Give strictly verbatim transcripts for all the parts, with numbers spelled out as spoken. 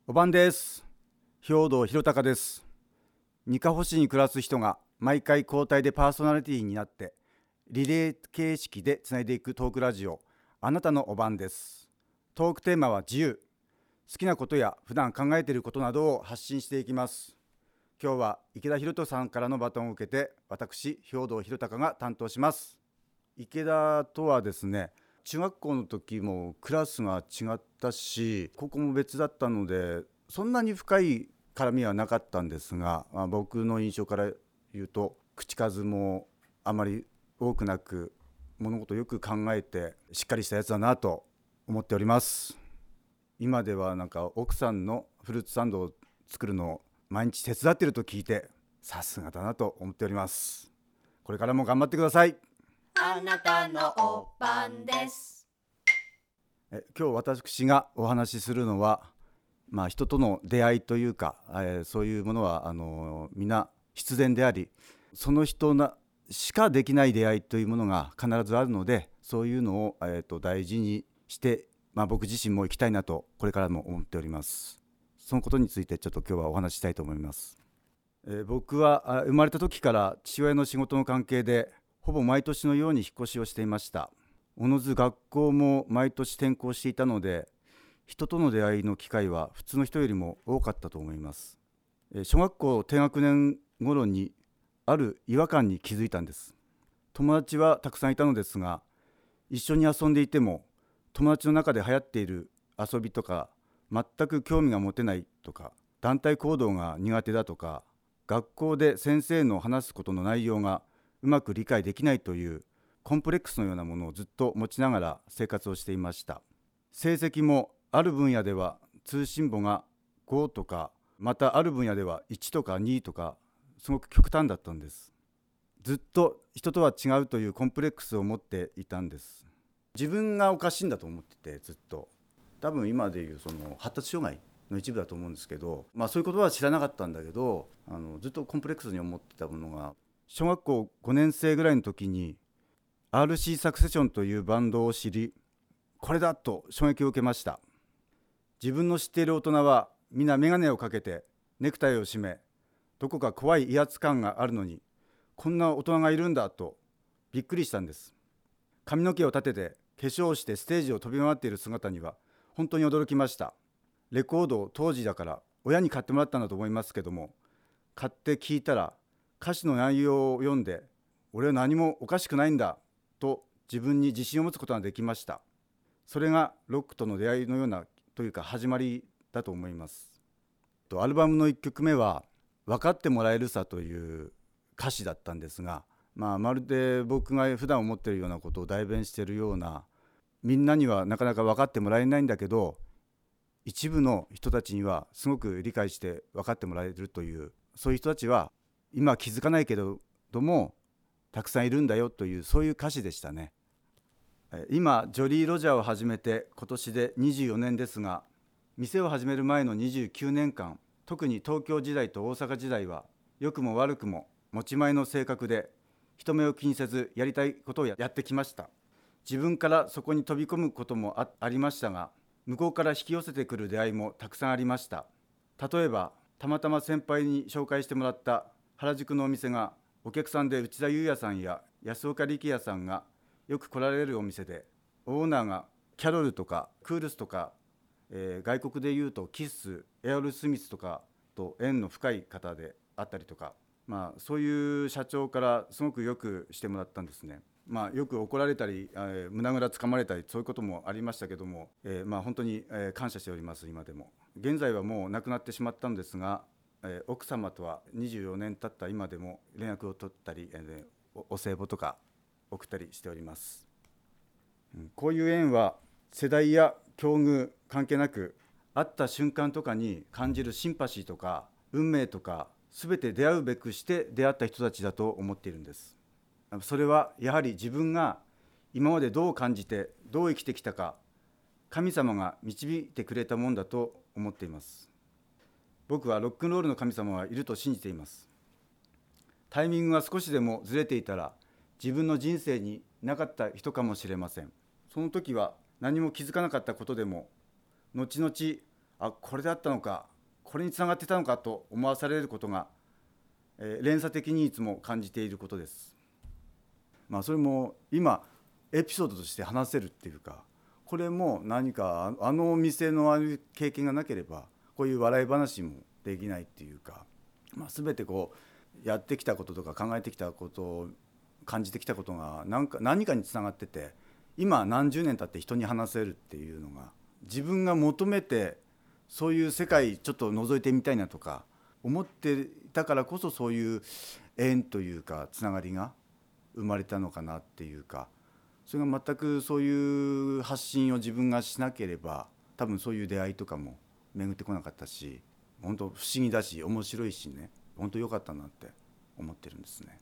おばんです。兵藤弘隆です。にかほ市に暮らす人が毎回交代でパーソナリティになってリレー形式でつないでいくトークラジオ、あなたのおばんです。トークテーマは自由。好きなことや普段考えていることなどを発信していきます。今日は池田博人さんからのバトンを受けて、私兵藤弘隆が担当します。池田とはですね、中学校の時もクラスが違ったし、高校も別だったのでそんなに深い絡みはなかったんですが、まあ、僕の印象から言うと口数もあまり多くなく、物事をよく考えてしっかりしたやつだなと思っております。今ではなんか奥さんのフルーツサンドを作るのを毎日手伝っていると聞いて、さすがだなと思っております。これからも頑張ってください。 あなたのおばんです。 え今日私がお話しするのは、まあ、人との出会いというか、えー、そういうものはあの皆必然であり、その人なしかできない出会いというものが必ずあるので、そういうのを、えー、と大事にして、まあ、僕自身も生きたいなとこれからも思っております。そのことについてちょっと今日はお話ししたいと思います。えー、僕は生まれた時から父親の仕事の関係でほぼ毎年のように引っ越しをしていました。おのず学校も毎年転校していたので、人との出会いの機会は普通の人よりも多かったと思います。小学校低学年頃にある違和感に気づいたんです。友達はたくさんいたのですが、一緒に遊んでいても友達の中で流行っている遊びとか全く興味が持てないとか、団体行動が苦手だとか、学校で先生の話すことの内容がうまく理解できないというコンプレックスのようなものをずっと持ちながら生活をしていました。成績もある分野では通信簿がごとか、またある分野ではいちとかにとか、すごく極端だったんです。ずっと人とは違うというコンプレックスを持っていたんです。自分がおかしいんだと思ってて、ずっと多分今でいうその発達障害の一部だと思うんですけど、まあ、そういうことは知らなかったんだけど、あのずっとコンプレックスに思ってたものが、小学校ごねん生ぐらいの時に アールシー サクセションというバンドを知り、これだと衝撃を受けました。自分の知っている大人は皆眼鏡をかけてネクタイを締め、どこか怖い威圧感があるのに、こんな大人がいるんだとびっくりしたんです。髪の毛を立てて化粧をしてステージを飛び回っている姿には本当に驚きました。レコードを当時だから親に買ってもらったんだと思いますけども、買って聞いたら歌詞の内容を読んで、俺は何もおかしくないんだと自分に自信を持つことができました。それがロックとの出会いのようなというか始まりだと思います。アルバムのいっきょくめは分かってもらえるさという歌詞だったんですが、まあ、まるで僕が普段思っているようなことを代弁しているような、みんなにはなかなか分かってもらえないんだけど、一部の人たちにはすごく理解して分かってもらえるという、そういう人たちは今気づかないけれどもたくさんいるんだよという、そういう歌詞でしたね。今ジョリー・ロジャーを始めて今年でにじゅうよねんですが、店を始める前のにじゅうきゅうねんかん、特に東京時代と大阪時代は良くも悪くも持ち前の性格で人目を気にせずやりたいことをやってきました。自分からそこに飛び込むことも あ, ありましたが、向こうから引き寄せてくる出会いもたくさんありました。例えばたまたま先輩に紹介してもらった原宿のお店がお客さんで内田裕也さんや安岡力也さんがよく来られるお店で、オーナーがキャロルとかクールスとか、えー、外国でいうとキッス、エアロスミスとかと縁の深い方であったりとか、まあ、そういう社長からすごくよくしてもらったんですね。まあ、よく怒られたり、えー、胸ぐらつかまれたり、そういうこともありましたけども、えーまあ、本当に、えー、感謝しております。今でも現在はもう亡くなってしまったんですが、えー、奥様とはにじゅうよねん経った今でも連絡を取ったり、えー、お, お歳暮とか送ったりしております。うん、こういう縁は世代や境遇関係なく、会った瞬間とかに感じるシンパシーとか運命とか、全て出会うべくして出会った人たちだと思っているんです。それはやはり自分が今までどう感じてどう生きてきたか、神様が導いてくれたもんだと思っています。僕はロックンロールの神様はいると信じています。タイミングが少しでもずれていたら自分の人生になかった人かもしれません。その時は何も気づかなかったことでも、後々 あこれであったのか、これにつながってたのかと思わされることが、えー、連鎖的にいつも感じていることです。まあ、それも今エピソードとして話せるっていうか、これも何かあのお店のああいう経験がなければこういう笑い話もできないっていうか、まあ、全てこうやってきたこととか考えてきたことを感じてきたことが何か何かにつながってて、今何十年経って人に話せるっていうのが、自分が求めてそういう世界ちょっと覗いてみたいなとか思っていたからこそ、そういう縁というかつながりが生まれたのかなっていうか、それが全くそういう発信を自分がしなければ多分そういう出会いとかも巡ってこなかったし、本当不思議だし面白いしね、本当良かったなって思ってるんですね。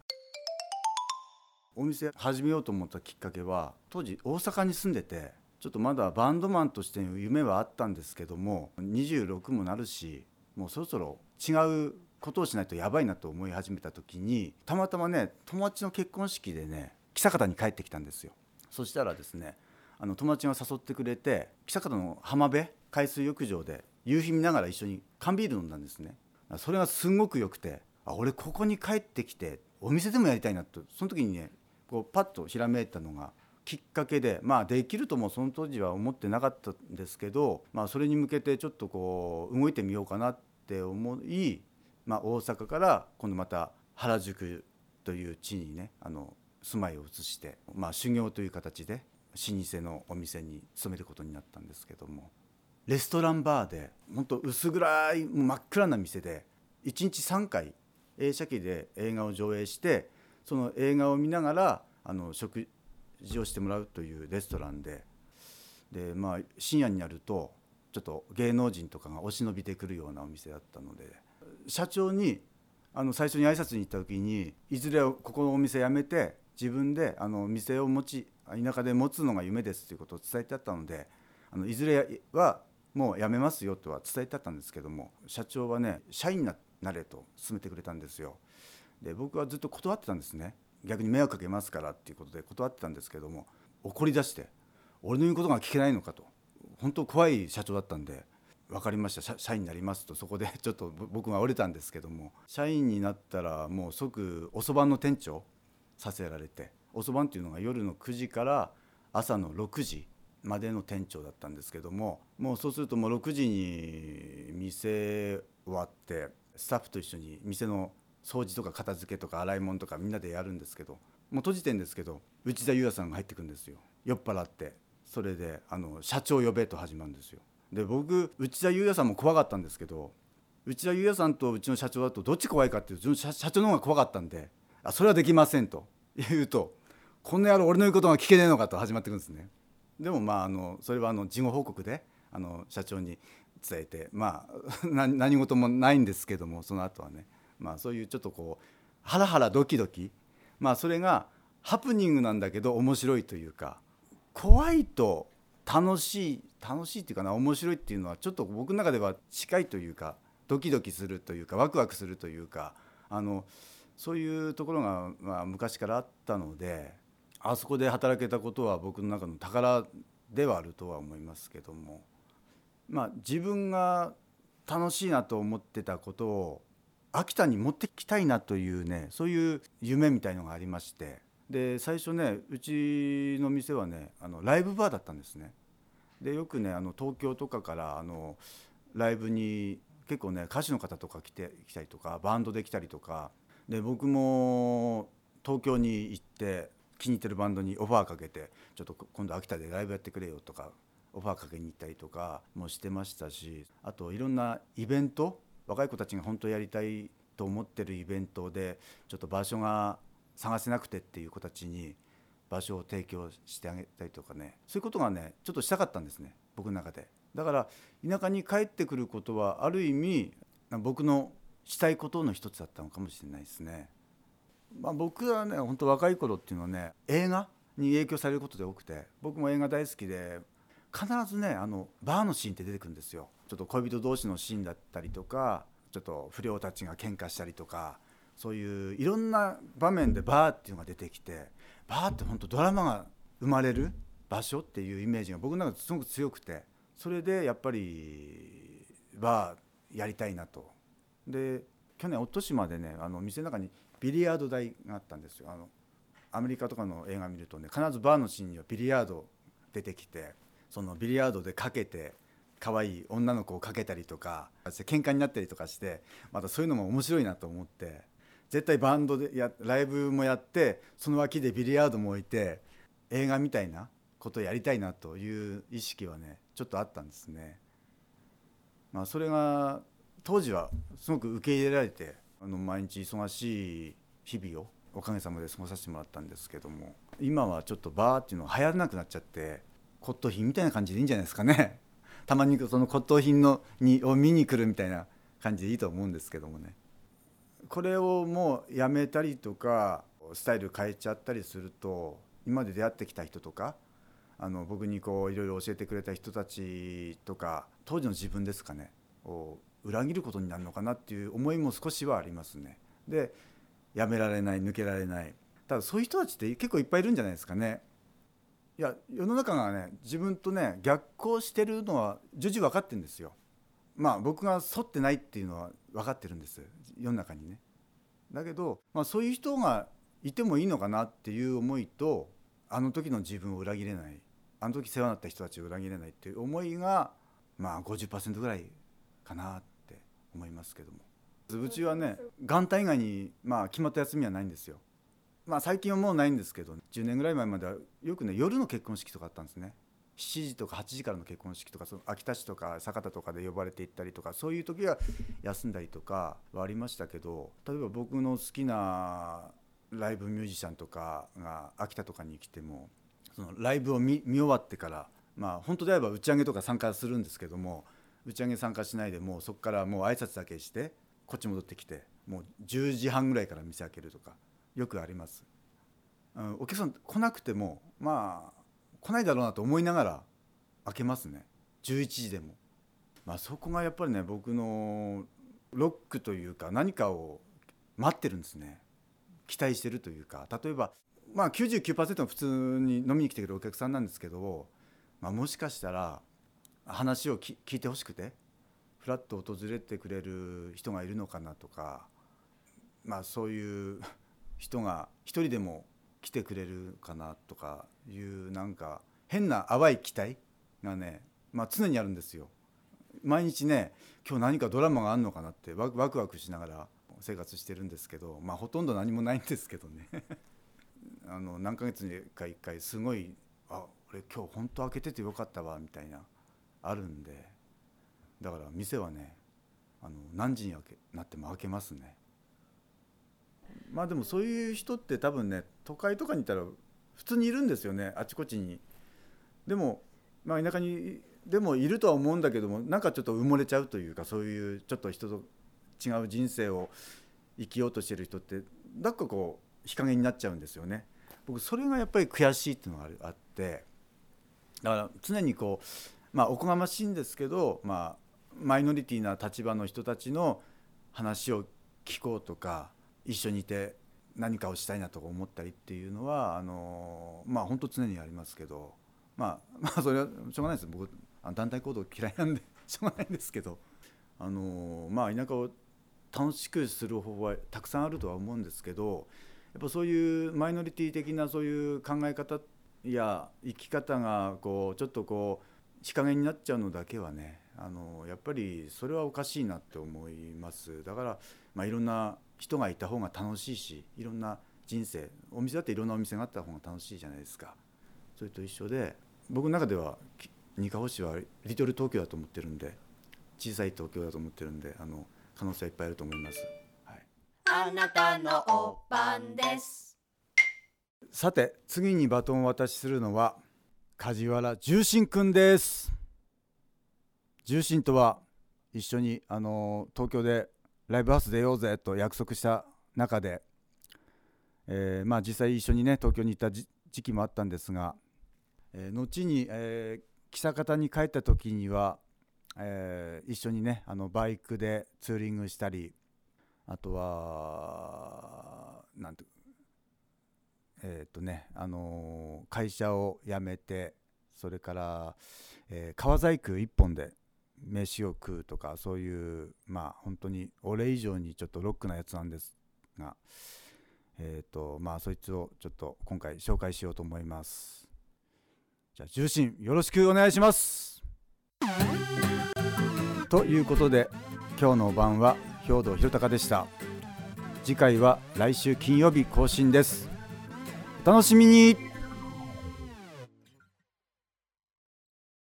お店始めようと思ったきっかけは、当時大阪に住んでて、ちょっとまだバンドマンとしての夢はあったんですけども、にじゅうろくもなるし、もうそろそろ違うことをしないとやばいなと思い始めた時に、たまたまね友達の結婚式でね久方に帰ってきたんですよ。そしたらですね、あの友達が誘ってくれて、久方の浜辺海水浴場で夕日見ながら一緒に缶ビール飲んだんですね。それがすごく良くて、あ俺ここに帰ってきてお店でもやりたいなと、その時にねこうパッとひらめいたのがきっかけで、まあできるともその当時は思ってなかったんですけど、まあそれに向けてちょっとこう動いてみようかなって思い、まあ、大阪から今度また原宿という地にねあの住まいを移して、まあ、修行という形で老舗のお店に勤めることになったんですけども、レストランバーで本当薄暗い真っ暗な店でいちにちさんかい映写機で映画を上映して、その映画を見ながらあの食事をしてもらうというレストランで、で、まあ、深夜になるとちょっと芸能人とかがお忍びで来るようなお店だったので、社長にあの最初に挨拶に行った時に、いずれここのお店辞めて自分であの店を持ち田舎で持つのが夢ですということを伝えてあったので、あのいずれはもう辞めますよとは伝えてあったんですけども、社長はね社員になれと勧めてくれたんですよ。で僕はずっと断ってたんですね。逆に迷惑かけますからっていうことで断ってたんですけども、怒り出して、俺の言うことが聞けないのかと、本当怖い社長だったんで、分かりました 社, 社員になりますと、そこでちょっと僕が折れたんですけども、社員になったらもう即おそばの店長させられて、おそばっていうのが夜のくじから朝のろくじまでの店長だったんですけども、もうそうするともうろくじに店終わってスタッフと一緒に店の掃除とか片付けとか洗い物とかみんなでやるんですけど、もう閉じてんですけど内田裕也さんが入ってくるんですよ、酔っ払って。それであの社長呼べと始まるんですよ。で僕内田裕也さんも怖かったんですけど、内田裕也さんとうちの社長だとどっち怖いかっていうと、社長の方が怖かったんで、あそれはできませんと言うと、こんな野郎俺の言うことが聞けねえのかと始まってくるんですね。でもまああのそれはあの事後報告であの社長に伝えて、まあ何事もないんですけども、その後はね、まあそういうちょっとこうハラハラドキドキ、まあそれがハプニングなんだけど面白いというか、怖いと楽しい楽しいっていうかな、面白いっていうのはちょっと僕の中では近いというか、ドキドキするというかワクワクするというか、あのそういうところがまあ昔からあったので、あそこで働けたことは僕の中の宝ではあるとは思いますけども、まあ自分が楽しいなと思ってたことを秋田に持ってきたいなというね、そういう夢みたいのがありまして、で最初ねうちの店はねあのライブバーだったんですね。でよくねあの東京とかからあのライブに結構ね歌手の方とか来て来たりとか、バンドで来たりとかで、僕も東京に行って気に入ってるバンドにオファーかけて、ちょっと今度秋田でライブやってくれよとかオファーかけに行ったりとかもしてましたし、あといろんなイベント、若い子たちが本当やりたいと思ってるイベントでちょっと場所が探せなくてっていう子たちに場所を提供してあげたりとかね、そういうことがねちょっとしたかったんですね、僕の中で。だから田舎に帰ってくることはある意味僕のしたいことの一つだったのかもしれないですね。まあ、僕はね本当若い頃っていうのはね映画に影響されることで多くて、僕も映画大好きで、必ずねあのバーのシーンって出てくるんですよ。ちょっと恋人同士のシーンだったりとか、ちょっと不良たちが喧嘩したりとか、そういういろんな場面でバーっていうのが出てきて、バーって本当ドラマが生まれる場所っていうイメージが僕の中ですごく強くて、 それでやっぱりはやりたいなと。で去年おととしまでねあの店の中にビリヤード台があったんですよ。あのアメリカとかの映画見るとね必ずバーのシーンにはビリヤード出てきて、そのビリヤードでかけて可愛い女の子をかけたりとか喧嘩になったりとかして、またそういうのも面白いなと思って、絶対バンドでやライブもやってその脇でビリヤードも置いて映画みたいなことをやりたいなという意識はねちょっとあったんですね。まあ、それが当時はすごく受け入れられて、あの毎日忙しい日々をおかげさまで過ごさせてもらったんですけども、今はちょっとバーっていうのは流行らなくなっちゃって骨董品みたいな感じでいいんじゃないですかね。たまにその骨董品のにを見に来るみたいな感じでいいと思うんですけどもね。これをもうやめたりとかスタイル変えちゃったりすると、今まで出会ってきた人とかあの僕にこういろいろ教えてくれた人たちとか当時の自分ですかねを裏切ることになるのかなっていう思いも少しはありますね。でやめられない、抜けられない。ただそういう人たちって結構いっぱいいるんじゃないですかね。いや世の中がね自分とね逆行してるのは重々分かってるんですよ。まあ僕が沿ってないっていうのは分かってるんです世の中にね。だけど、まあ、そういう人がいてもいいのかなっていう思いと、あの時の自分を裏切れない、あの時世話になった人たちを裏切れないっていう思いがまあ ごじゅっパーセント ぐらいかなって思いますけども、うちはね元旦以外にまあ決まった休みはないんですよ。まあ最近はもうないんですけど、じゅうねんぐらい前まではよくね夜の結婚式とかあったんですね。しちじとかはちじからの結婚式とか、その秋田市とか酒田とかで呼ばれて行ったりとか、そういう時は休んだりとかはありましたけど、例えば僕の好きなライブミュージシャンとかが秋田とかに来ても、そのライブを 見, 見終わってから、まあ本当であれば打ち上げとか参加するんですけども、打ち上げ参加しないでもうそこからもう挨拶だけしてこっち戻ってきて、もうじゅうじはんぐらいから店開けるとかよくあります。うん、お客さん来なくてもまあ来ないだろうなと思いながら開けますね、じゅういちじでも。まあそこがやっぱりね僕のロックというか何かを待ってるんですね。期待してるというか、例えばまあ きゅうじゅうきゅうパーセント 普通に飲みに来てくれるお客さんなんですけど、まあ、もしかしたら話を聞いてほしくてフラッと訪れてくれる人がいるのかなとか、まあそういう人が一人でも来てくれるかなとかいうなんか変な淡い期待がね、まあ、常にあるんですよ。毎日ね今日何かドラマがあるのかなってワクワクワクしながら生活してるんですけど、まあほとんど何もないんですけどねあの何ヶ月にかいっかいすごいあ俺今日本当開けててよかったわみたいなあるんで、だから店はねあの何時に開けなっても開けますね。まあでもそういう人って多分ね都会とかにいたら普通にいるんですよね、あちこちに。でもまあ田舎にでもいるとは思うんだけども、なんかちょっと埋もれちゃうというか、そういうちょっと人と違う人生を生きようとしてる人ってなんかこう日陰になっちゃうんですよね。僕それがやっぱり悔しいっていうのがあって、だから常にこうまあおこがましいんですけど、まあマイノリティな立場の人たちの話を聞こうとか一緒にいて何かをしたいなと思ったりっていうのはあのまあ本当常にありますけど、まあまあそれはしょうがないです。僕団体行動嫌いなんでしょうがないんですけど、あのまあ田舎を楽しくする方法はたくさんあるとは思うんですけど、やっぱそういうマイノリティ的なそういう考え方や生き方がこうちょっとこう日陰になっちゃうのだけはね、あのやっぱりそれはおかしいなって思います。だから、まあ、いろんな人がいた方が楽しいし、いろんな人生、お店だっていろんなお店があった方が楽しいじゃないですか。それと一緒で僕の中ではにかほ市はリトル東京だと思ってるんで、小さい東京だと思ってるんで、あの可能性はいっぱいあると思います、はい、 あなたのお番です。 さて次にバトンをお渡しするのは梶原重心くんです。重心とは一緒にあの東京でライブハウス出ようぜと約束した中で、えー、まあ実際一緒にね東京に行った時期もあったんですが、えー、後に、えー、喜多方に帰った時には、えー、一緒にねあのバイクでツーリングしたり、あとはなんてえーっとねあのー、会社を辞めてそれから、えー、革細工一本で飯を食うとか、そういうまあ本当に俺以上にちょっとロックなやつなんですが、えーとまあそいつをちょっと今回紹介しようと思います。じゃあ重心よろしくお願いします。ということで今日の晩は兵藤弘隆でした。次回は来週金曜日更新です。お楽しみに。